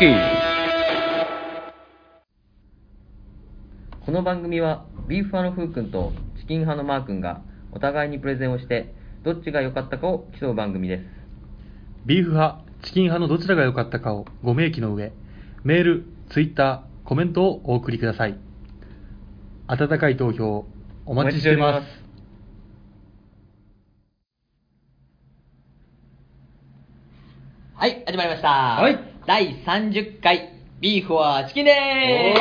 キー。この番組はビーフ派のふうくんとチキン派のマーくんがお互いにプレゼンをしてどっちが良かったかを競う番組です。 ビーフ派、チキン派のどちらが良かったかをご明記の上、メール、ツイッター、コメントをお送りください。温かい投票お待ちしています。 はい、始まりました。 はい。 第30回、ビーフはチキンでー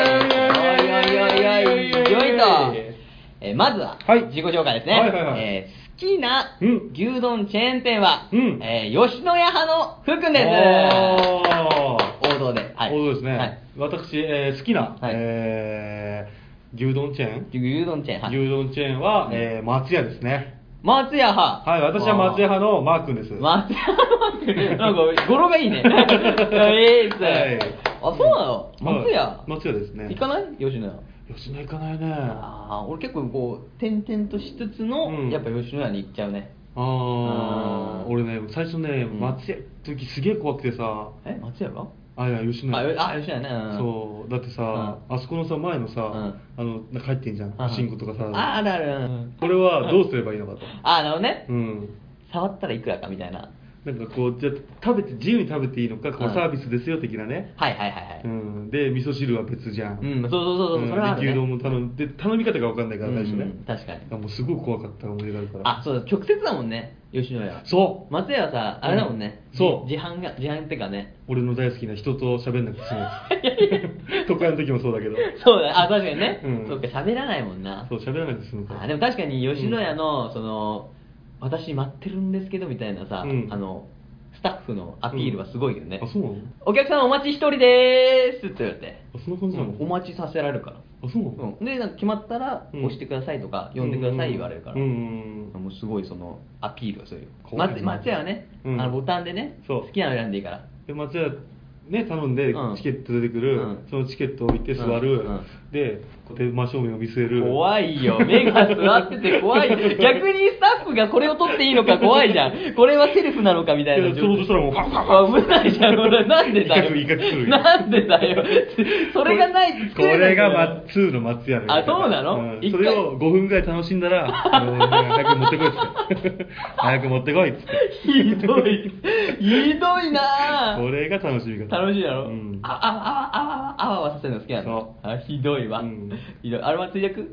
す。よいと。まずは、自己紹介ですね。好きな牛丼チェーン店は、吉野家派のふうくんです。王道で。 王道ですね。はい、私、好きな、牛丼チェーン牛丼チェーンは、松屋ですね。 松屋派。 はい、私は松屋派のマー君です。 松屋派のマー君。なんか、語呂がいいね。です。 はい、 あ、そうなの？松屋？ 松屋ですね。 行かない？吉野家。 吉野家行かないね。 俺結構こう、転々としつつの、やっぱ吉野家に行っちゃうね。 俺ね、最初ね、松屋行った時すげえ怖くてさ。 松屋が？ いや、吉野家。 吉野家ね。 そう、だってさ、あそこのさ、前のさ、なんか入ってんじゃん、信号とかさ。 ある。 これはどうすればいいのかと。 なるほどね。触ったらいくらかみたいな。 なんかこう、じゃ自由に食べていいのか、こうサービスですよ的なね。 はい。 で、味噌汁は別じゃん。 そう。それは牛丼も頼み方が分かんないから最初ね。 確かに。 もうすごい怖かった思い出があるから。 そうだ、直接だもんね、吉野家。 そう。 松屋はさ、あれだもんね。 そう。 自販ってかね。 俺の大好きな人と喋んなくて済むやつ。都会の時もそうだけど。 そうだ、確かにね。そうか、喋らないもんな。 そう、喋らなくて済むから。 でも確かに吉野家の、私待ってるんですけどみたいなさ、スタッフのアピールはすごいよね。 そうなの？ お客さんお待ち一人でーすって言われて。 そんな感じなの？ お待ちさせられるから。 そうなの？ で、なんか決まったら押してくださいとか呼んでください言われるから。もうすごいそのアピールがするよ。松屋はね、ボタンでね、好きなの選んでいいから。 で、松屋ね、頼んでチケット出てくる、そのチケットを置いて座る、で、真正面を見据える。 怖いよ、目が座ってて怖い。逆にスタッフがこれを取っていいのか怖いじゃん。これはセルフなのかみたいな。 取ろうとしたらもうファッ危ないじゃん、俺。なんでだよ。 威嚇するよ。 なんでだよ。それがないとこれが2の松屋の。 そうなの？ それを5分ぐらい楽しんだら、早く持ってこいっつって。早く持ってこいっつって。 ひどいなぁ。 これが楽しみ方。 楽しいだろ？あわさせるの好きなの？ひどいわ。あれは通訳？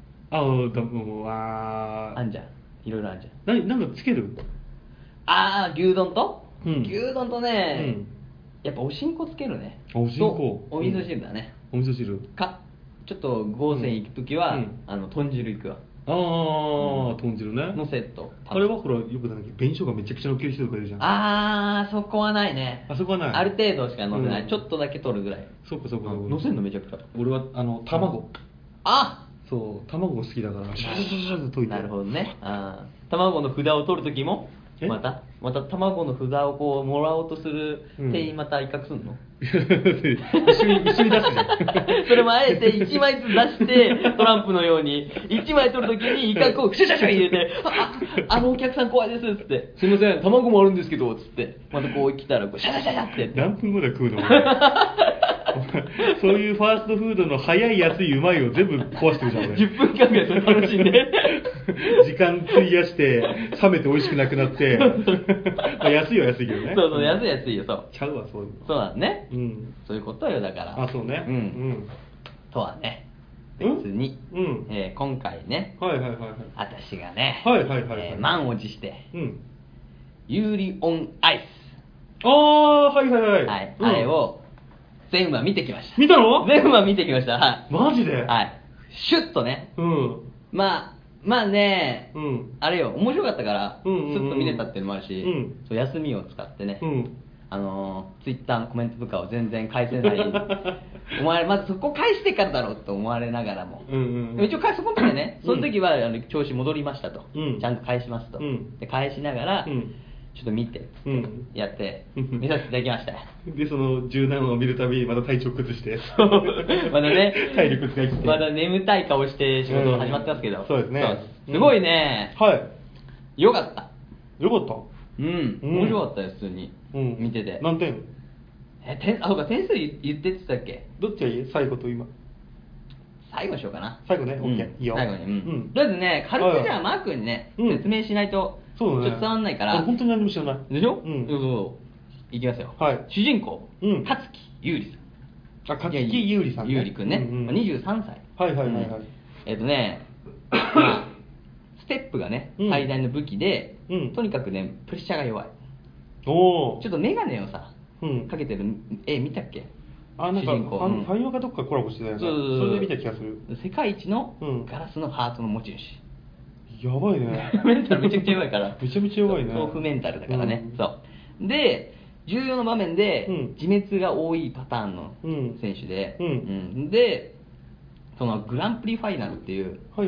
あんじゃん。いろいろあんじゃん。 なんかつける？ 牛丼と？牛丼とね、やっぱおしんこつけるね。 おしんこ？ お味噌汁だね。 お味噌汁か、ちょっと豪泉行くときは、豚汁行くわ。 豚汁ね。 のセット。 あれはほら、よく紅生姜めちゃくちゃのっける人とかいるじゃん。 そこはないね。 そこはない。 ある程度しか乗せない。ちょっとだけ取るぐらい。 そうか。 乗せんのめちゃくちゃ。 俺は、卵。そう、卵好きだから、シャシャシャって溶いて。 なるほどね。卵の札を取るときも、また卵の札をこうもらおうとする店員また威嚇すんの？ 一緒に出すじゃん。 それもあえて1枚ずつ出してトランプのように1枚取るときに威嚇をシャシャシャ入れてあのお客さん怖いですっつってすいません卵もあるんですけどっつってまたこう来たらこうシャシャシャシャって何分後で食うの？そういうファーストフードの早い安いうまいを全部壊してるじゃん。 10分間ぐらいそれ楽しんで時間費やして冷めて美味しくなくなって安いは安いけどね。 そう安いよ。そうちゃうわそういうの。 そうだね。そういうことよだから。 そうね。 とはね別に今回ね私がね満を持してユーリオンアイスあれを全部は見てきました。 見たの？ 全部は見てきました。はい。 マジで？ はい。シュッとね。まあね、あれよ、面白かったから、スッと見れたっていうのもあるし、休みを使ってね、ツイッターのコメントとかを全然返せない。お前、まずそこ返してからだろうと思われながらも。一応そこの時ね、その時は調子戻りましたと。ちゃんと返しますと。で、返しながら、ちょっと見て、やって、見させていただきました。 で、その柔軟を見るたびにまた体調崩して。 まだね、 体力使い切って。 まだ眠たい顔して仕事始まってますけど。 そうですね。 すごいね。よかった。 よかった？ 面白かったよ、普通に。見てて。 何点？ そうか、点数言ってって言ってたっけ？ どっちがいい？最後と今。 最後にしようかな。 最後ね、OK、いいよ。 最後に。とりあえずね、軽くじゃあマー君にね、説明しないと、ちょっと伝わんないから。 本当に何も知らない。 でしょ？いきますよ。主人公、勝木優里さん。 勝木優里さんね。 優里くんね。23歳。 はい。 ステップがね、最大の武器で、とにかくね、プレッシャーが弱い。ちょっとメガネをさ、かけてる絵見たっけ？ なんかファイオかどっかコラボしてたよね。それで見た気がする。 世界一のガラスのハートの持ち主。やばいね。 メンタルめちゃくちゃ弱いから。 めちゃめちゃ弱いね。 豆腐メンタルだからね。そうで、重要な場面で自滅が多いパターンの選手で、で、そのグランプリファイナルっていう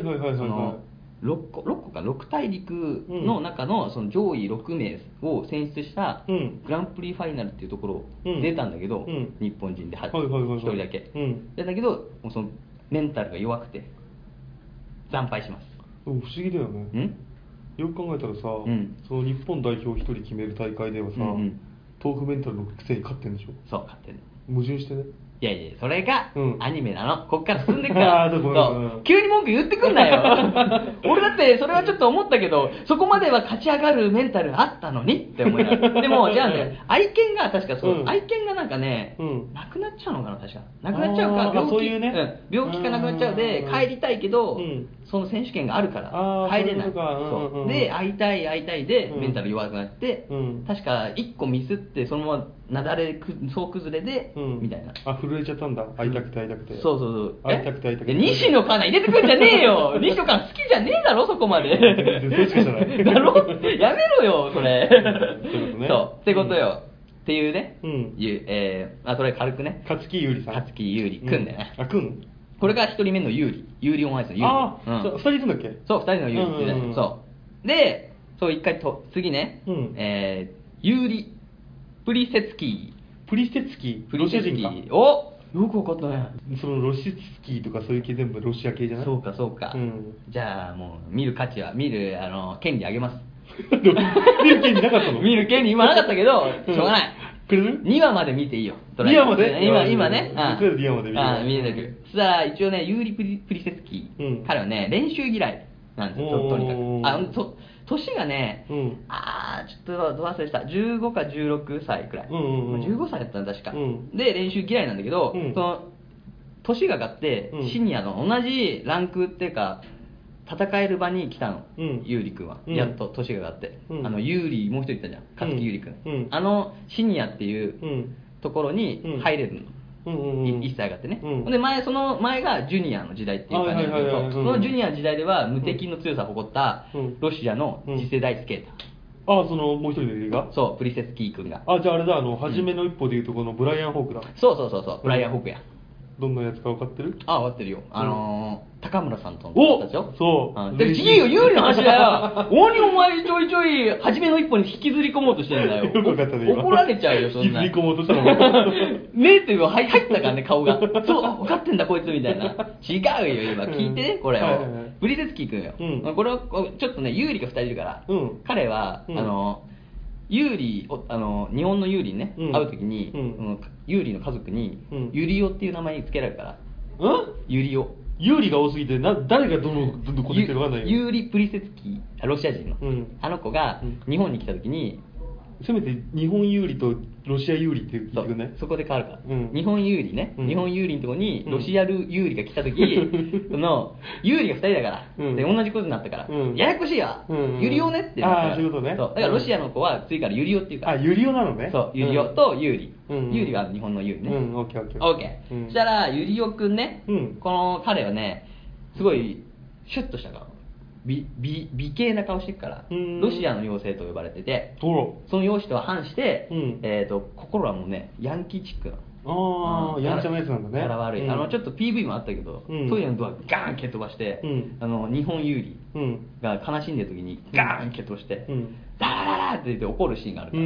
、6大陸の中のその上位6名を選出したグランプリファイナルっていうところ出たんだけど、日本人で1人だけ。だけど、そのメンタルが弱くて惨敗します。 不思議だよね。よく考えたらさ、その日本代表1人決める大会ではさ、豆腐メンタルのくせに勝ってんでしょ。 そう、勝ってんの。 矛盾してね。 いや、それがアニメなの。こっから進んでくから急に文句言ってくんなよ。俺だってそれはちょっと思ったけど、そこまでは勝ち上がるメンタルがあったのにって思いながら。でもじゃあね、愛犬が確か愛犬がなんかね、亡くなっちゃうのかな、確か。亡くなっちゃうか、病気か亡くなっちゃうで帰りたいけど、その選手権があるから帰れない。で、会いたいでメンタル弱くなって、確か1個ミスってそのままなだれ総崩れでみたいな。 震えちゃったんだ。会いたくて。 そう会いたくて。 西野カナ入れてくんじゃねえよ。西野カナ好きじゃねえだろ、そこまで。 そうしかじゃない。 だろ、やめろよ、それ。そう、ってことよ。っていうね。それ軽くね。 勝木優里さん。 勝木優里くんだよね。 くん。 これが1人目の優里オンアイスの優里。 2人いるんだっけ？ そう、2人の優里ってね。そう。で、一回次ね。優里プリセツキー。 ロシア人か。 お、よくわかったね。 そのロシツキーとかそういう系全部ロシア系じゃない？ そうか。じゃあもう見る価値は権利あげます。 見る権利なかったの？ 見る権利今なかったけど、しょうがない。 くれる ？2話まで見ていいよ。 2話まで？ 今ね。 とりあえず2話まで見れる。そしたら一応ね、ユーリ・プリセツキー、彼はね、練習嫌いなんですよ、とにかく。年がね、ちょっとど忘れした。15か16歳くらい。15歳だったの確か。で、練習嫌いなんだけど、その、年が上がって、シニアの同じランクっていうか、戦える場に来たの、優里くんは。やっと年が上がって。優里、もう一人いたじゃん。勝木優里くん。シニアっていうところに入れるの。1歳上がってね。で、その前がジュニアの時代っていう感じなんだけど、そのジュニアの時代では無敵の強さを誇ったロシアの次世代スケーター。 そのもう一人のリーが？ そう、プリセツキー君が。 じゃああれだ、初めの一歩でいうとこのブライアン・ホークだ。 そう、ブライアン・ホークや。 どんなやつか分かってる？ 分かってるよ。高村さんとの方でしょ？ そう。 で、次よ、有利の話だよ。何お前ちょいちょい、初めの一歩に引きずり込もうとしてるんだよ。 よく分かったね。 怒られちゃうよ、そんな。 引きずり込もうとしたの。 目っていうか入ったからね、顔が。そう、分かってんだこいつみたいな。違うよ、今。聞いてね、これを。ブリゼツキー君よ。これを、ちょっとね、有利が2人いるから。彼は、有利、日本の有利にね、会うときに、有利の家族に、ユリオっていう名前につけられるから。ユリオ。 有利が多すぎて誰がどのこと言ってるか分かんないよ。 ユーリ・プリセツキー、ロシア人の、あの子が日本に来た時に、 せめて日本有利とロシア有利って言ってくれない？ そこで変わるから、日本有利ね、日本有利のところにロシア有利が来た時、その有利が2人だから、で同じことになったから、ややこしいわ、ユリオねってなったから。 そういうことね。 そうだからロシアの子は次からユリオっていうから。 ユリオなのね。 そう、ユリオと有利。有利は日本の有利ね。 オッケー。 そしたらユリオくんね、この彼はね、すごいシュッとした顔、美形な顔してるから、ロシアの妖精と呼ばれてて、その容姿とは反して、心はもうね、ヤンキーチックなの。 やんちゃなやつなんだね。 柄悪い。ちょっと PV もあったけど、トイレのドアガーン蹴っ飛ばして、日本有利が悲しんでる時にガーン蹴っ飛ばして、ダラララって言って怒るシーンがあるから、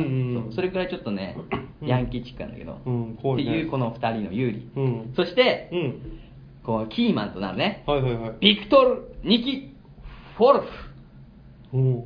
それくらいちょっとね、ヤンキーチックなんだけど、っていうこの2人の有利。そして、このキーマンとなるね、ビクトル・ニキフォルフ。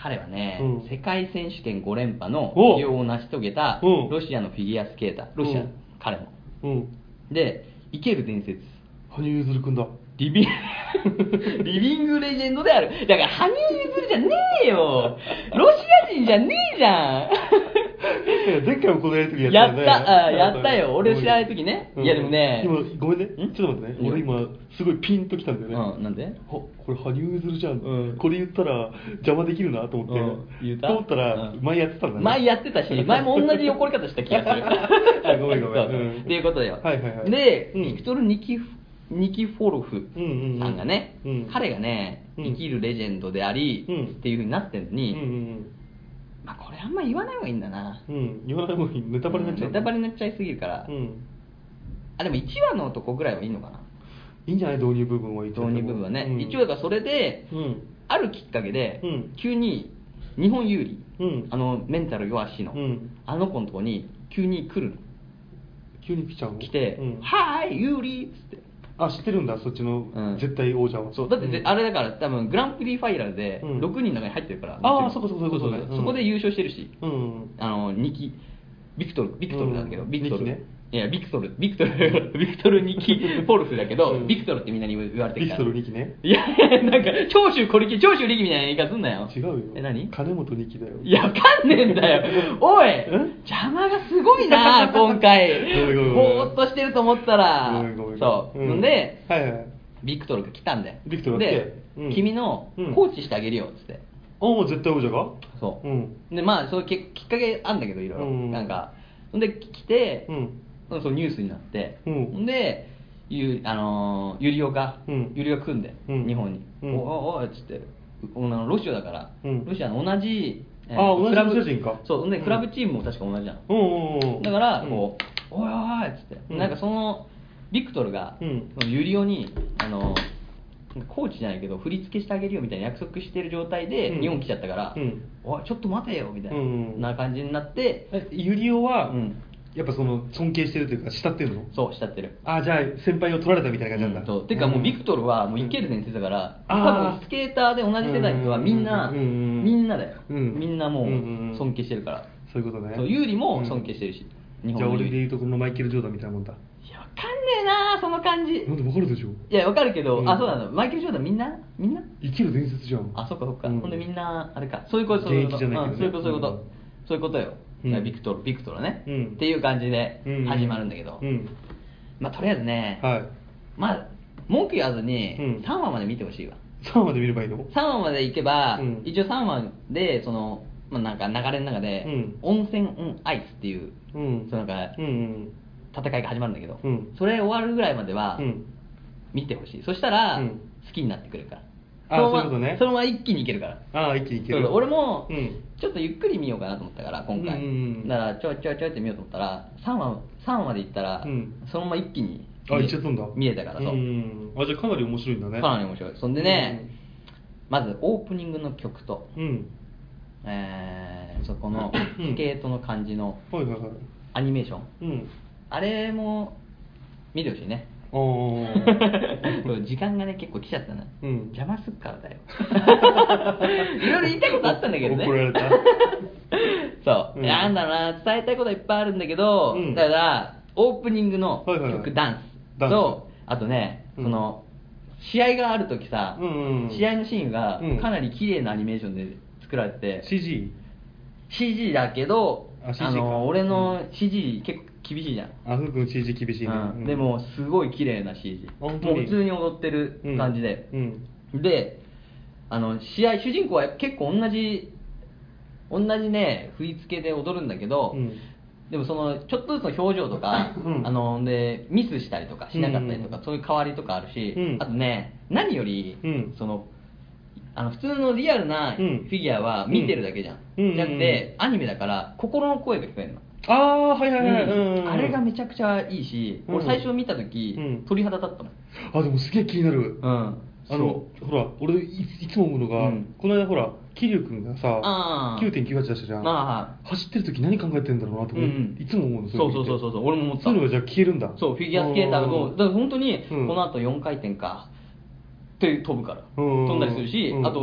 彼はね、 うん世界選手権5連覇のお偉業を成し遂げたうんロシアのフィギュアスケーター、ロシア、 うん彼も。 うんで、生ける伝説。 羽生結弦くんだ。 リビングレジェンドである。だから、羽生結弦じゃねえよ。ロシア人じゃねえじゃん。 前回もこのやりときややったよね。 やったよ。俺知らない時ね。いやでもね。 今、ごめんね。ちょっと待ってね。 いいよ俺今、すごいピンときたんだよね。 なんでこれ羽生結弦じゃん、 うんこれ言ったら邪魔できるなと思って、 言ったと思ったら、前やってたんだね。 前やってたし、前も同じ怒り方した気がする。 あごめんごめんそううんっていうことだよ。 はいはいはいで、 うんビクトル・ニキフォロフさんがね、 うんうんうん彼がね、 うん生きるレジェンドであり、 うんっていう風になってんのに、 うんまあこれあんま言わない方がいいんだな。 言わない方がいい。ネタバレになっちゃう。 ネタバレになっちゃいすぎるから。あ、でも1話のとこぐらいはいいのかな。 いいんじゃない導入部分はいい導入部分はね。 うん一応だからそれで、 うんあるきっかけで、 うん急に日本有利、 うんメンタル弱しの、 うんあの子のとこに急に来るの。 急に来ちゃうの来て、 うんはーい、有利っつって。 あ、知ってるんだ、そっちの絶対王者は。 そうだって、 うんあれだから多分グランプリファイナルでうん 6人の中に入ってるから、 あーもちろんそうかそうかそういうことねうんそこで優勝してるし、 うん 2期ビクトルなんだけど、 うんビクトル、 ニキねいやビクトルニキフォルフだけど、 うんビクトルってみんなに言われてるから。 ビクトル2期ね。 いやなんか長州力みたいな言い方すんなよ。 違うよ。 何金本2期だよ。 いや、わかんねえんだよ。おい邪魔がすごいな、今回。 ごめんごめんぼーっとしてると思ったら。 ごめんごめんそう。 うんんで、 はいはい。 ビクトルが来たんだよ。 ビクトルが来てで、 うん君のうんコーチしてあげるよ、つって。 おお、絶対王者がそう。 うん。 で、まあ、そういうきっかけあんだけど、いろいろ。 うんなんか。んで、来て、 うん。 そうニュースになって、 うんんで、ゆりおが、 うんゆりおが来んで、 うん日本に。 うんおい、つって。ロシアだから、 うんロシアの同じ、 同じクラブロシア人かそう、で、 うんクラブチームも確か同じじゃん。 うんだから、 うんこう、おいおいっつって、 うんなんかその、ビクトルが、 うんそのユリオに、コーチじゃないけど、振り付けしてあげるよみたいな約束してる状態で、 うん日本来ちゃったから、 うんおい、ちょっと待てよみたいな、 うんな感じになって、 ユリオは、 うんやっぱその尊敬してるというか慕ってるのそう、慕ってる。 あ、じゃあ先輩を取られたみたいな感じなんだ、 そうてかもうビクトルはもう生ける伝説だから、 うん多分スケーターで同じ世代の人はみんな、 うんみんなだよ、 うんみんなもうんうんう尊敬してるから、 そういうことねそうユーリも尊敬してるし、日じゃあ本のユーリ俺で言うとこのマイケル・ジョーダンみたいなもんだいやわかんねえなその感じ。 なんでわかるでしょいやわかるけど、 うんあそうなの、マイケル・ジョーダンみんな生きる伝説じゃんあそっかそっか、 うんほんでみんなあれか、そういうことそういうこと、 現役じゃないけどねそういうことそういうこと、 うんそういうことよ、 うんビクトルね、 うんっていう感じでうん始まるんだけど、 うんまあとりあえずね、 はいまあ文句言わずにうん 3話まで見てほしいわ。 3話まで見ればいいの 3話まで行けば、 うん一応3話でその、まあ、なんか流れの中で、 うん温泉オンアイスっていう、 うんそのなんかうん戦いが始まるんだけど、 うんそれ終わるぐらいまではうん見てほしい。そしたら、 うん好きになってくれるから。 あのままそういうことねそのまま一気にいけるから。 ああ一気にいけるそうそう俺も、 うんちょっとゆっくり見ようかなと思ったから今回、 うんうんうんだからちょいって見ようと思ったら3話まで行ったら、 うんそのまま一気にあ行っちゃったんだ見れたからそう、 あじゃあかなり面白いんだねかなり面白い。そんでね、まずオープニングの曲と、 うんそこのスケートの感じのはいはいはいアニメーション、 うんあれも見てほしいね。 あーそう時間がね結構来ちゃったな、 うん邪魔すっからだよいろいろ言いたいことあったんだけどね怒られたそう、 うんなんだろうな、伝えたいことはいっぱいあるんだけど、 うんだからオープニングのはいはいはい曲、ダンダンススと、あとね、 うんその試合がある時さ、 うんうんうん試合のシーンがうんかなり綺麗なアニメーションで作られてて、 CG CG だけど、 あ CG か俺の CG 結構厳しいじゃん、 あふうくん CG 厳しいねうんでもすごい綺麗な CG、もう本当に普通に踊ってる感じで、 うんで試合主人公は結構同じね振り付けで踊るんだけど、 うんでもそのちょっとずつの表情とか、 うんでミスしたりとかしなかったりとか、 うんそういう変わりとかあるし、 うんあとね何より、 うんその普通のリアルなフうんィギュアは見てるだけじゃん、 うんじゃなくてアニメだから心の声が聞こえるの、 ああはいはいはい、 うんあれがめちゃくちゃいいし、 うん俺最初見た時、 うん鳥肌立ったの。 あでもすげえ気になる、 うんほら俺いつも思うのが、 うんこの間ほら桐生君がさあー 9.98出したじゃんあ走ってる時何考えてんだろうなと思って、 うんいつも思うのそうそういの見てそう俺も思った。 そういうのがじゃあ消えるんだそうフィギュアスケーターもだから本当にうんこの後4回転かって飛ぶから、 うん飛んだりするし、 うんあと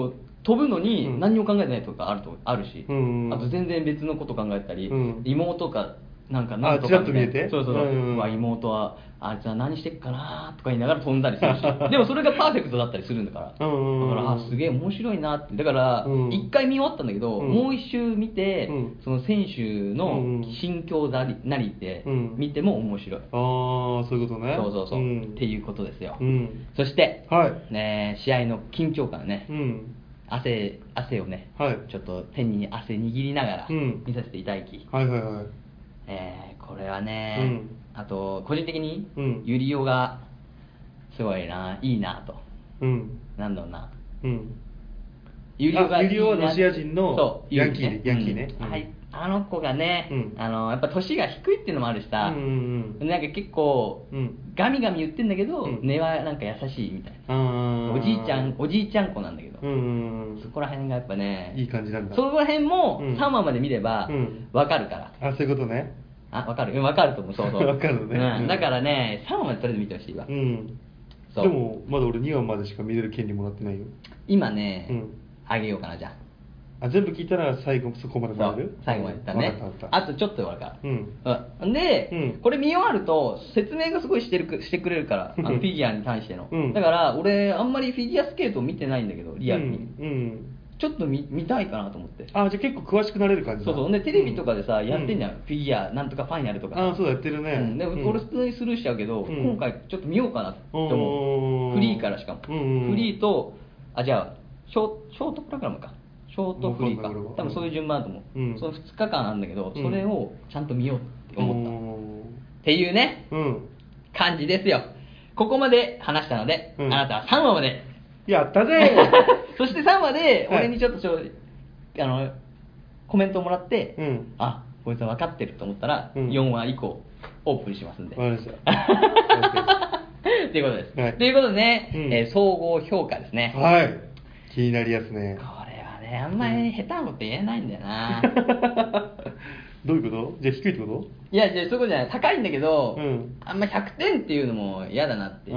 飛ぶのに何にも考えてないとかあるし、 うんあと全然別のこと考えたり、妹がなんとあちらっと見えてそうそう、妹はあいつは何してっかなとか言いながら飛んだりするしでもそれがパーフェクトだったりするんだから、だからすげえ面白いなって。だから一回見終わったんだけど、もう一周見て、その選手の心境なりで見ても面白い。 ああそういうことね。 そうそうそう、っていうことですよ。そして、試合の緊張感ね、汗をね、ちょっと手に汗握りながら見させていただき、これはね、あと個人的にユリオがすごいいいなと、なんだろうな、ユリオがいいな。 ユリオはロシア人のヤンキーね。 あの子がね、やっぱ年が低いっていうのもあるしさ、なんか結構ガミガミ言ってんだけど、根はなんか優しいみたいな、おじいちゃん子なんだけど、そこら辺がやっぱねいい感じなんだ。 そこら辺も3話まで見れば分かるから。 あ、そういうことね。 分かると思う。そうそう分かるね。 だからね3話までとりあえず見てほしいわ。 でもまだ俺2話までしか見れる権利もらってないよ。 今ねあげようかな。じゃあ全部聞いたら最後そこまでもらえる？ 最後までいったね。あとちょっと終わるから。で、これ見終わると説明がすごいしてくれるからフィギュアに対しての。だから俺あんまりフィギュアスケートを見てないんだけどリアルに。ちょっと見たいかなと思って。 あじゃあ結構詳しくなれる感じだ。 そうでテレビとかでさやってんじゃん、フィギュアなんとかファイナルとか。 そうやってるね。 で俺普通にスルーしちゃうけど、今回ちょっと見ようかなって思う。フリーからしかも。フリーとじゃあショートプログラムか。ショートフリーか。多分そういう順番だと思う。その2日間なんだけど、それをちゃんと見ようって思ったっていうね、感じですよ。ここまで話したので、あなたは3話までやったぜそして3話で俺にちょっとコメントをもらって、あこいつは分かってると思ったら、4話以降オープンしますんで。 わかりましたということです。ということでね、総合評価ですね。 気になりやすね。 これはねあんまり下手なこと言えないんだよなどういうこと？じゃあ低いってこと？ いやじゃあそういうことじゃない。高いんだけど、あんま100点っていうのも嫌だなっていう。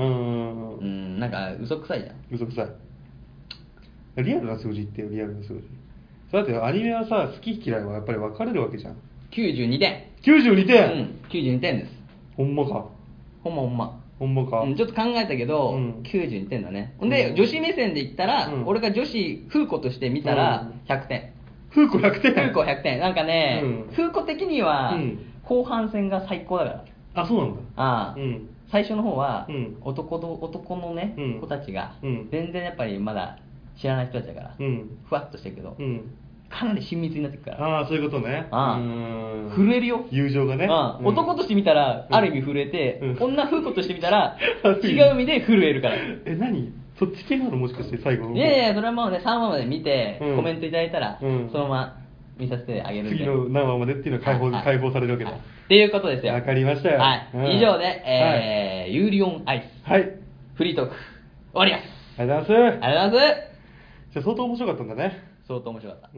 なんか嘘くさいじゃん。 嘘くさい。リアルな数字ってリアルな数字。だってアニメはさ好き嫌いはやっぱり分かれるわけじゃん。 92点。 92点。 92点です。 ほんまか。 ほんまか。 ちょっと考えたけど、92点だね。で女子目線で言ったら、俺が女子風子として見たら100点。 風子100点。 風子100点。なんかね、風子的には後半戦が最高だから。 あ、そうなんだ。 最初の方は男のね子たちが全然やっぱりまだ知らない人たちだから、ふわっとしてるけど、かなり親密になってくから。 そういうことね。 震えるよ。 友情がね。 男として見たらある意味震えて、女風子として見たら違う意味で震えるから。 何？そっち系なのもしかして最後の。 いやそれはもうね3話まで見てコメントいただいたら、そのまま見させてあげるんで。 次の何話までっていうのは解放されるわけだ。 っていうことですよ。 わかりましたよ。 以上でユーリオンアイスフリートーク終わります。 ありがとうございます。 ありがとうございます。 じゃあ相当面白かったんだね。 相当面白かった。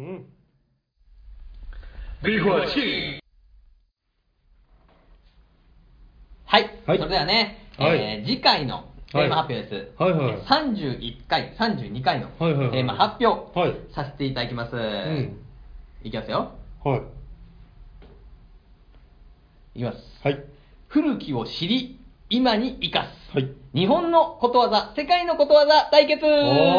はい、それではね、次回のテーマ発表です。31回、32回のテーマ発表させていただきます。いきますよ。いきます。古きを知り、今に生かす。日本のことわざ、世界のことわざ対決。こと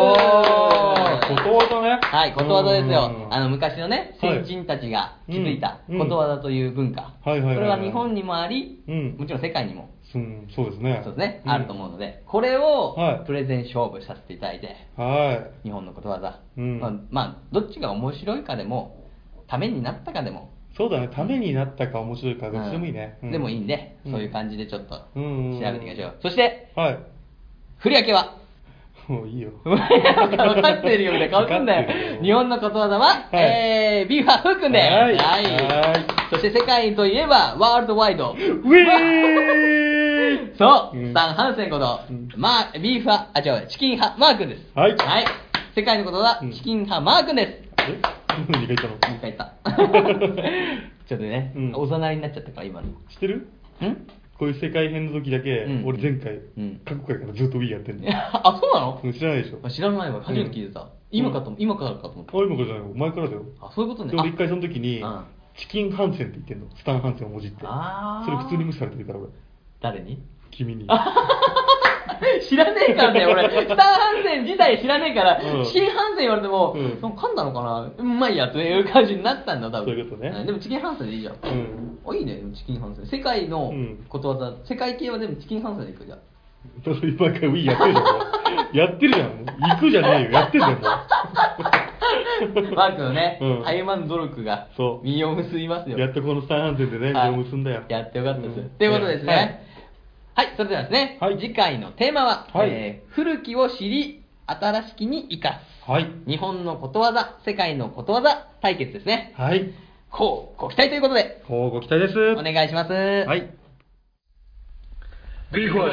わざね。 ことわざですよ。昔のね、先人たちが築いたことわざという文化。これは日本にもあり、もちろん世界にも。 そうですね。 あると思うので、これをプレゼン勝負させていただいて、日本のことわざ。どっちが面白いかでも、ためになったかでも。 そうだね、ためになったか面白いかどっちでもいいね。 でもいいんで、そういう感じでちょっと調べていきましょう。そして、振り分けはもういいよ。 分かってるよみたいな顔すんだよ。日本のことわざは、ビーファーフー君で。そして世界といえば、ワールドワイド。そう、スタン・ハンセンこと、ビーフ派、チキン派、マー君です。世界のことわざ、チキン派、マー君です。 2回言ったの？ 2回言った。ちょっとね、おざなりになっちゃったから今の。 知ってる？ こういう世界編の時だけ、 うん俺前回、 うん過去回からずっと Wii やってんの。 あ、そうなの？ 知らないでしょ。 知らないわ。初めて聞いてた。今からかと思った。 今からじゃないよ、前からだよ。 あ、そういうことね。 で俺一回その時にうん、 チキンハンセンって言ってんの。スタンハンセンをもじって。 あーそれ普通に無視されてるから俺。 誰に？ 君に。 知らねえからね、俺。スターハンセン自体知らねえから、 うんチキンハンセン言われても、 うん噛んだのかな、うまいやという感じになったんだ、多分。 そういうことねんでもチキンハンセンでいいじゃん。 うんあ、いいね、でもチキンハンセン。世界のことわざ、世界系はでもチキンハンセンでいくじゃん。 毎回 Wii やってるじゃん。やってるじゃん。もう行くじゃねえよ。やってんだよ、もマークのね、 うんたゆまぬ努力がそう実を結びますう。 よ。 やっとこのスタンハンセンでね、 はい実を結んだよ。 やってよかったです。 うんということですね。はい、それではですね、 はい次回のテーマは、 はい古きを知り、新しきに生かす。 はい。 日本のことわざ、世界のことわざ対決ですね。 はい。 こうご期待ということで、 こうご期待です。 お願いします。 はい。 いい感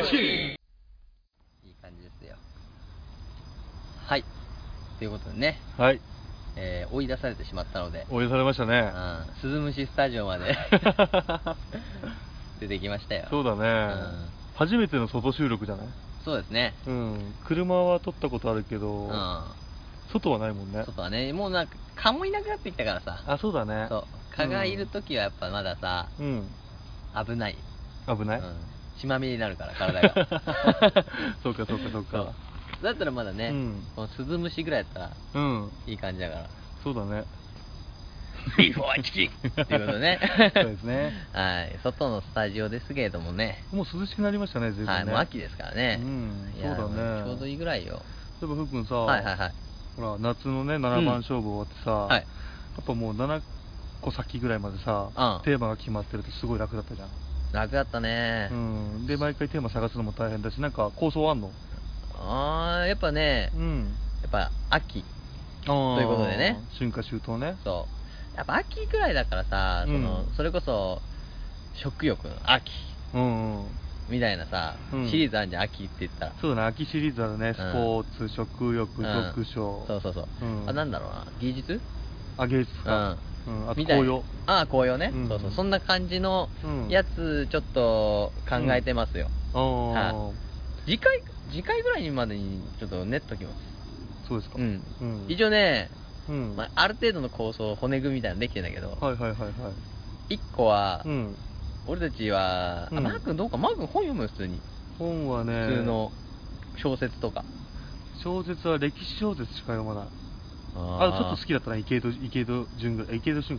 じですよ。はい。ということでね、 はい。 追い出されてしまったので、 応援されましたね。 鈴虫スタジオまで出てきましたよ。 そうだね。初めての外収録じゃない？ そうですね。 車は撮ったことあるけど、外はないもんね。 外はね、もうなんか蚊もいなくなってきたからさ。 あ、そうだね。 そう。蚊がいるときはやっぱまださ、危ない。 危ない？ 血まみれになるから体が。 そうか。 だったらまだね、この鈴虫ぐらいだったらいい感じだから。 そうだね。 ビーフォアチキンっていうことでね。 そうですね。 はい、外のスタジオですけれどもね。 もう涼しくなりましたね、全然ね。 はい、もう秋ですからね。 そうだね。 ちょうどいいぐらいよ。 例えばふうくんさ、ほはい。 ら夏のね7番勝負終わってさ、やっぱもう7個先ぐらいまでさ、テーマが決まってるとすごい楽だったじゃん。 楽だったね。 で毎回テーマ探すのも大変だし、なんか構想あんの？ やっぱね、やっぱ秋ということでね。 春夏秋冬ね。 そう。やっぱ秋ぐらいだからさ、それこそ食欲の秋みたいなさ、シリーズあるじゃん、秋って言ったら。 そうだね、秋シリーズあるね。スポーツ、食欲、読書。 そう。なんだろうな、芸術？ 芸術か。あと紅葉。 紅葉ね。そう。そんな感じのやつちょっと考えてますよ。次回ぐらいまでにちょっと練っときます。 そうですか。 一応ね、ある程度の構想、骨組みみたいなのできてんだけど、1個は、俺たちは、マー君どうか、マー君本読むよ、普通に。 本はね、 普通の小説とか。 小説は歴史小説しか読まない。ちょっと好きだったな、池井戸潤ぐらい。池井戸。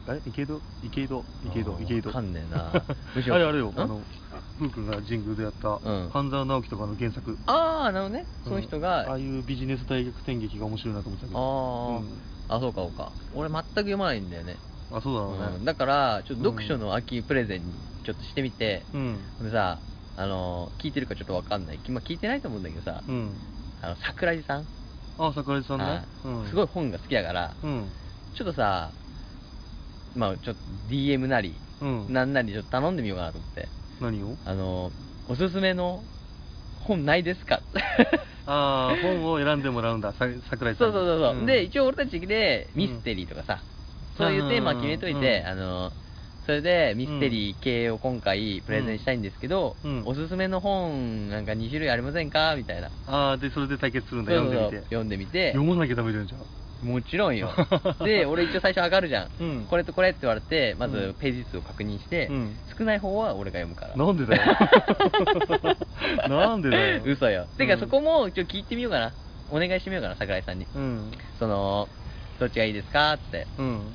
わかんねえな。 あれよ、ふうくんが神宮でやった、半沢直樹とかの原作。 なるほどね。その人が。 ああいうビジネス大逆転劇が面白いなと思ってたけど。 そうか。俺全く読まないんだよね。 あ、そうだろうね。 だから、ちょっと読書の秋プレゼンにちょっとしてみて、でさ、聞いてるかちょっとわかんない。聞いてないと思うんだけどさ、桜井さん。 桜井さんね。 すごい本が好きだから、ちょっとさ、ちょっと DM なり、なんなりちょっと頼んでみようかなと思って。 何を？ おすすめの本ないですか？ 本を選んでもらうんだ、桜井さん。 そう。で、一応俺たちでミステリーとかさ、そういうテーマ決めといて、それでミステリー系を今回プレゼンしたいんですけど、おすすめの本なんか2種類ありませんかみたいな。 で、それで対決するんだ、 読んでみて。 読まなきゃダメじゃん、じゃあ。 もちろんよ。で、俺一応最初上がるじゃん。これとこれって言われて、まずページ数を確認して、少ない方は俺が読むから。 なんでだよ。なんでだよ。 嘘よ。てかそこも一応聞いてみようかな。お願いしてみようかな、桜井さんに。どっちがいいですかって。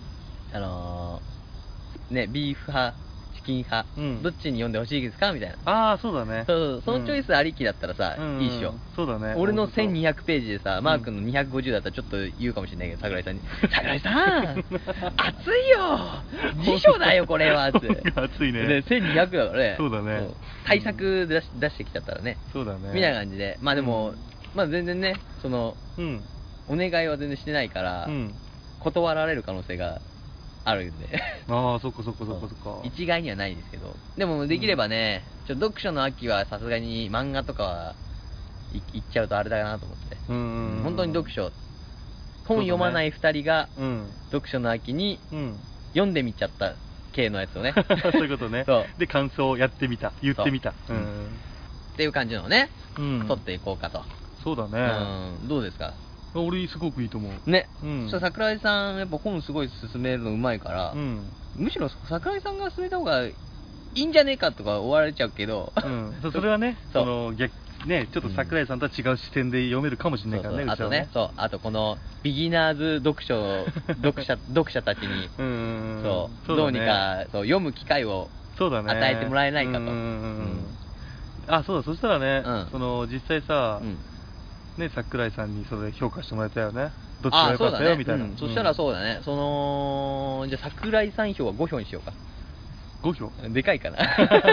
ビーフ派、チキン派、どっちに読んでほしいですかみたいな。 そうだね。 そのチョイスありきだったらさ、いいっしょ。 そうだね。 俺の1200ページでさ、マー君の250だったらちょっと言うかもしれないけど、桜井さんに。桜井さん熱いよ辞書だよ、これはって。 熱いね。 で、1200だからね。 そうだね。 対策出してきちゃったらね。 そうだね。 みたいな感じで。でも、全然ね、お願いは全然してないから、断られる可能性があるんで。 そっか。 一概にはないんですけど。でもできればね、読書の秋はさすがに漫画とかは行っちゃうとあれだなと思って。本当に読書。本読まない2人が、読書の秋に読んでみちゃった系のやつをねそういうことね。 そうで感想をやってみた、言ってみた。 っていう感じのをね、撮っていこうかと。 そうだね。 どうですか？ 俺すごくいいと思うね。そしたら桜井さんやっぱ本すごい勧めるのうまいから、むしろ桜井さんが勧めた方がいいんじゃねえかとか思われちゃうけど、 それはね、ね、ちょっと桜井さんとは違う視点で読めるかもしれないからね。 あとね、あとこのビギナーズ読者たちにどうにか読む機会を与えてもらえないかと。 そうだ、そしたらね、実際さ、ね、桜井さんにそれ評価してもらえたよね。どっちが良かったよみたいな。 そしたらそうだね、じゃあ桜井さん票は5票にしようか。 5票でかいかな。 そうか。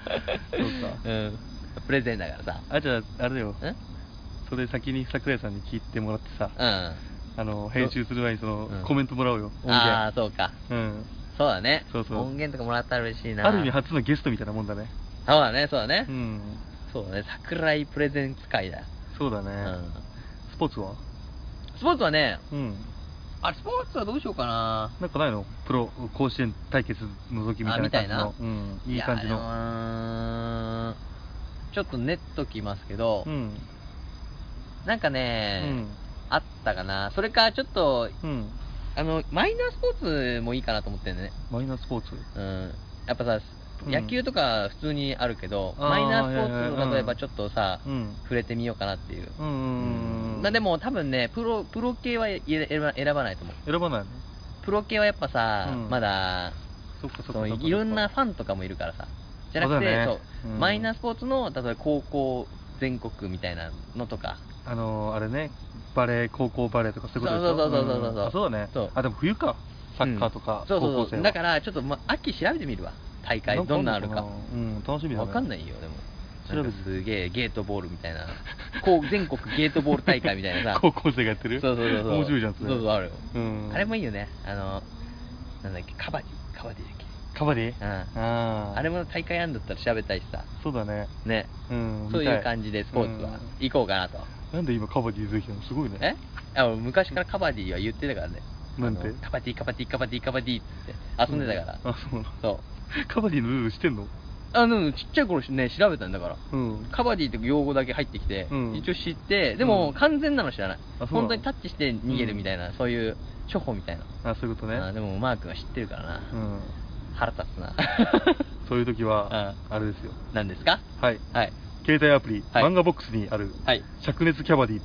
プレゼンだからさ。 じゃあ、あれだよ。それ先に桜井さんに聞いてもらってさ、編集する前にコメントもらおうよ。 そうか。そうだね。音源とかもらったら嬉しいな。 ある意味初のゲストみたいなもんだね。 そうだね。そうだね、桜井プレゼンツ会だ。 そうだね。スポーツはね、スポーツはどうしようかな。 なんかないの？プロ甲子園対決の時みたいな感じの。いい感じの。 ちょっと練っときますけど、なんかね、あったかな。それかちょっと、マイナースポーツもいいかなと思ってんだね。 マイナースポーツ？ やっぱさ、野球とか普通にあるけど、マイナースポーツの例えばちょっとさ、触れてみようかなっていう。でも多分ね、プロ系は選ばないと思う。 選ばないの？ プロ系はやっぱさ、まだいろんなファンとかもいるからさ。じゃなくて、マイナースポーツの例えば高校全国みたいなのとか、 あれね、高校バレーとかそういうことでしょ。そうだね。でも冬か、サッカーとか高校生は。 だからちょっと秋調べてみるわ。大会どんなあるか。 楽しみだね。 分かんないよ。でもすげえゲートボールみたいな、全国ゲートボール大会みたいなさ。 高校生がやってる？面白いじゃんそれ。 ある。あれもいいよね。なんだっけ、カバディだっけ。 カバディ？ あれも大会あんだったら調べたいしさ。 そうだね。 ね。そういう感じでスポーツは行こうかなと。 なんで今カバディ出てきたの？すごいね。 昔からカバディは言ってたからね。 なんて？ カバディって遊んでたから。そう。 カバディのルールしてんの？ ちっちゃい頃ね、調べたんだから。カバディって用語だけ入ってきて、一応知って、でも完全なの知らない。本当にタッチして逃げるみたいな、そういう処方みたいな。 そういうことね。 でもマー君は知ってるからな。腹立つな。 そういう時は、あれですよ。 何ですか？ はい。携帯アプリ、漫画ボックスにある、灼熱キャバディ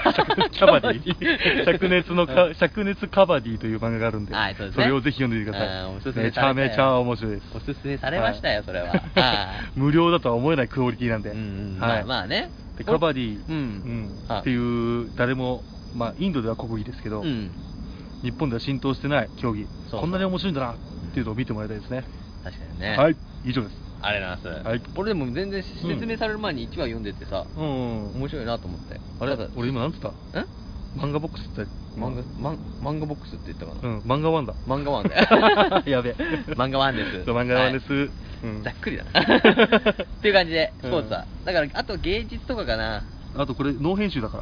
灼熱カバディという漫画があるんで、それをぜひ読んでみてください。めちゃめちゃ面白いです。 おすすめされましたよ、それは。 無料だとは思えないクオリティなんで。 まあね。 カバディっていう、誰も、インドでは国技ですけど、日本では浸透してない競技、こんなに面白いんだなっていうのを見てもらいたいですね。 確かにね。 はい、以上です。 ありがとうございます。俺でも全然説明される前に1話読んでてさ、面白いなと思って。 あれ、俺今なんつった？漫画ボックスって漫画ボックスって言ったかな。 漫画ワンだ。 漫画ワンだ。 やべえ。 漫画ワンです。 漫画ワンです。 ざっくりだな。っていう感じで、スポーツは。だから、あと芸術とかかな。 あとこれ、ノー編集だから。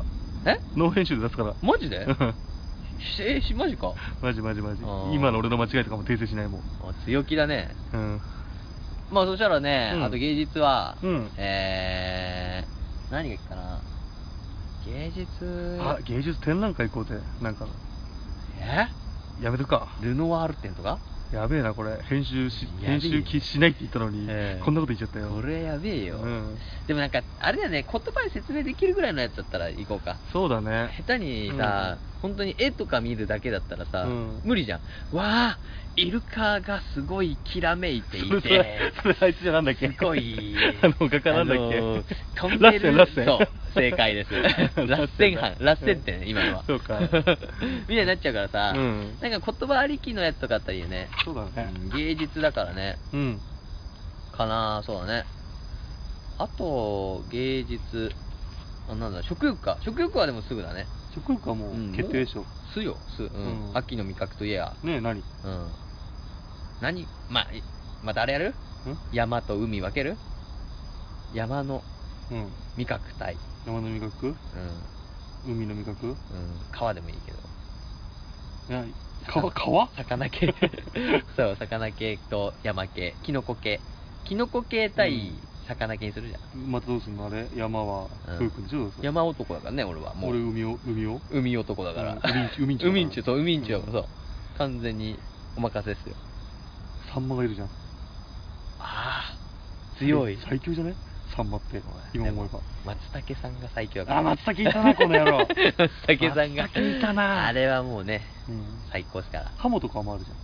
ノー編集で出すから。 マジで？マジか。 マジ。今の俺の間違いとかも訂正しないもん。 強気だね。そしたらね、あと芸術は、何がいいかな。 芸術展覧会行こうぜ。なんかやめるか。 ルノワール展とか？ やべえなこれ。編集しないって言ったのに、こんなこと言っちゃったよ。 これやべえよ。でもなんかあれだよね、言葉で説明できるぐらいのやつだったら行こうか。 そうだね。 下手にさ、本当に絵とか見るだけだったらさ、無理じゃん。わあ、イルカがすごいきらめいていて、 それあいつじゃなんだっけ？ すごい画家なんだっけ？ 飛んでる。 ラッセン。 そう、正解です。ラッセンってね、今のは。 そうか。 みたいになっちゃうからさ、なんか言葉ありきのやつとかあったらいいよね。 そうだね。 芸術だからね。かな、そうだね。あと芸術、なんだ、食欲か。食欲はでもすぐだね。 食欲はもう決定でしょ。 酢よ、酢。秋の味覚といえば。 ねえ、何？ またあれやる？山と海分ける？山の味覚帯。 山の味覚？海の味覚？ 川でもいいけど。 川魚系そう魚系と山系キノコ系対魚系にするじゃん。 またどうすんのあれ山はふうくんでしょ。 山男だからね俺は。もう俺海男だから、海んちゅうからそう完全にお任せですよ。 サンマがいるじゃん。 ああ強い最強じゃねサンマって今思えば。 松茸さんが最強だから。 松茸いたなこの野郎。 松茸さんが松茸いたな。 あれはもうね、最高ですから。 ハモとかもあるじゃん。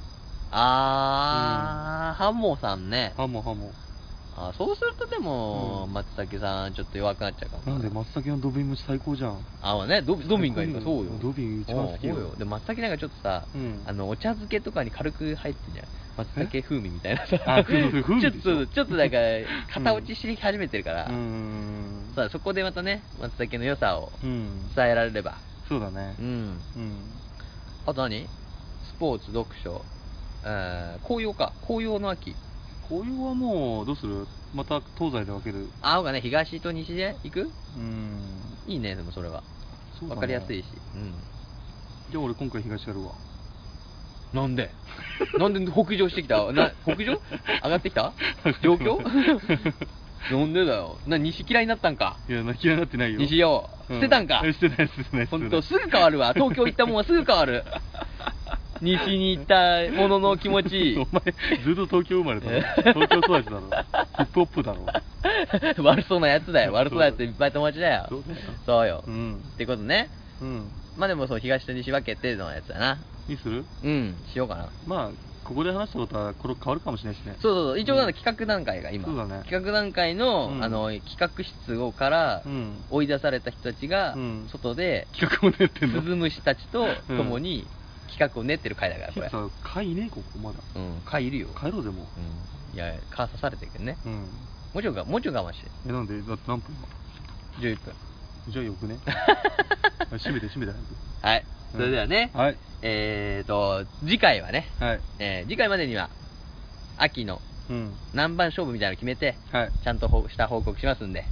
ハモさんね。 ハモそうするとでも、松茸さんちょっと弱くなっちゃうかも。 なんで松茸のドビン蒸し最高じゃん。 ねドビンがいいか。そうよドビン一番好きよ。 で松茸なんかちょっとさ、お茶漬けとかに軽く入ってんじゃん。松茸風味みたいなさ。 風味ちょっとなんか型落ちし始めてるから、さあそこでまたね松茸の良さを伝えられれば。 そうだね。 あと何？スポーツ、読書、紅葉の秋。 紅葉はもうどうする？また東西で分ける。 青がね東と西で行く？いいね。でもそれは分かりやすいし。 じゃあ俺今回東やるわ。 なんで北上してきた？北上？上がってきた？状況？なんでだよ。西嫌いになったんか？ いや嫌いになってないよ。 西よ捨てたんか？ 捨てない。 本当すぐ変わるわ。東京行ったもんはすぐ変わる。西に行ったものの気持ち。 お前ずっと東京生まれだろ。東京育ちだろ。ヒップホップだろ。 悪そうなやつだよ。悪そうなやついっぱい友達だよ。そうよ。ってことね。まあでもそう東と西分けてのやつだな。 にする？ しようかな。 まあここで話したことはこれ変わるかもしれないしね。 そう一応企画段階が今。 そうだね。 企画段階の企画室から追い出された人たちが外で企画を練ってんの。 スズムシたちと共に企画を練ってる会だからこれ。 会いねえここまだ。 会いるよ。 帰ろうぜもう。いや蚊刺されてるけどね。もうちょい我慢して。 なんでだって何分 ？11分。 じゃあよくね。閉めてはい。それではね、次回はね、次回までには秋の何番勝負みたいなの決めて、ちゃんとした報告しますんで、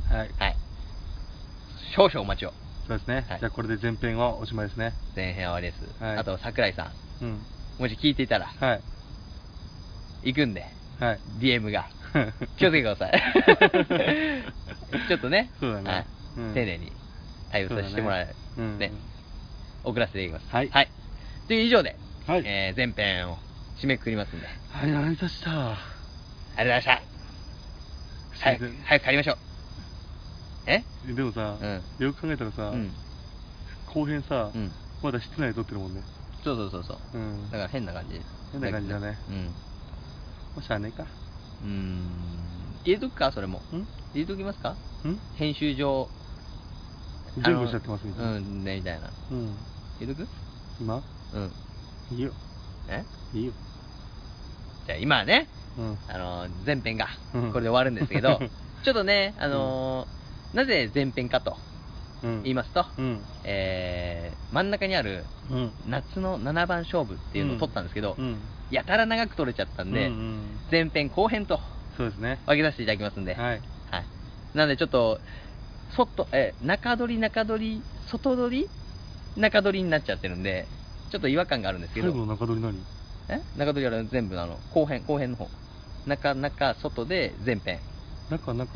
少々お待ちを。 そうですね。じゃあこれで前編はおしまいですね。 前編は終わりです。あと桜井さん、もし聞いていたら、行くんで、DM が気をつけてください。ちょっとね、丁寧に対応させてもらえるね。送らせていただきます。はい。という以上で、前編を締めくくりますんで。 ありがとうございました。 ありがとうございました。早く帰りましょう。 でもさ、よく考えたらさ、後編さ、まだ室内で撮ってるもんね。 そう。だから変な感じ。 変な感じだね。もうしゃあねえか。 入れとくか、それも。入れときますか？編集上。 前後しちゃってますみたいな。 みたいな。入れとく？ 今？いいよ。いいよ。 じゃあ今はね、前編がこれで終わるんですけど、ちょっとね、なぜ前編かと言いますと、真ん中にある夏の7番勝負っていうのを取ったんですけど、やたら長く取れちゃったんで、前編後編と分けさせていただきますんで、なのでちょっと中取り外取り中取りになっちゃってるんでちょっと違和感があるんですけど。 最後の中取り何？ 中取りは全部後編の方、中外で前編、 中外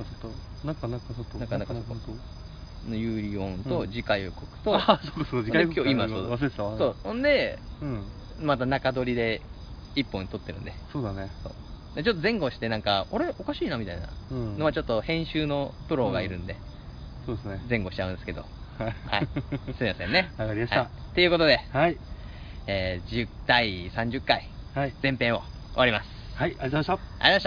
の有利音と次回予告と、 そう次回予告今忘れてたわ。 そうほんでまた中取りで1本撮ってるんで。 そうだね。 ちょっと前後しておかしいなみたいなのはちょっと編集のプロがいるんで、 そうですね。 前後しちゃうんですけど、すみませんね。 わかりました。 ということで、第30回前編を終わります。 ありがとうございました。 ありがとうございました。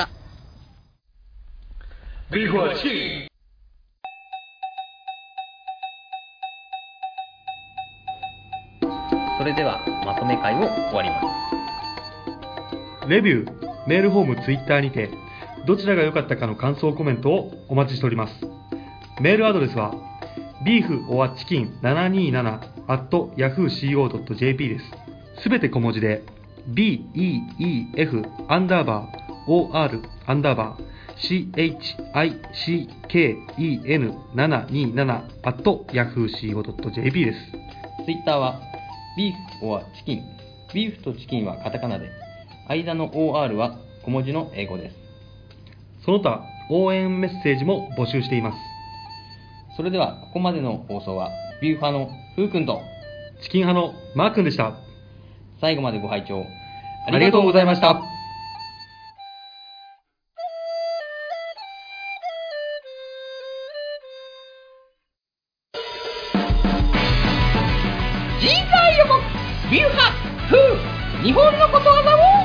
ビフォーチーそれではまとめ会を終わります。 レビュー、メールフォーム、ツイッターにてどちらが良かったかの感想コメントをお待ちしております。メールアドレスは beef/chicken727@yahooco.jp です。すべて小文字で beef_or_chicken727@yahooco.jp です。 ツイッターは beef or chicken ビーフとチキンはカタカナで、間の OR は小文字の英語です。 その他、応援メッセージも募集しています。 それでは、ここまでの放送は、ビーフ派のふうくんと、 チキン派のマー君でした。 最後までご拝聴ありがとうございました。 次回予告、ビューハフー日本のことわざを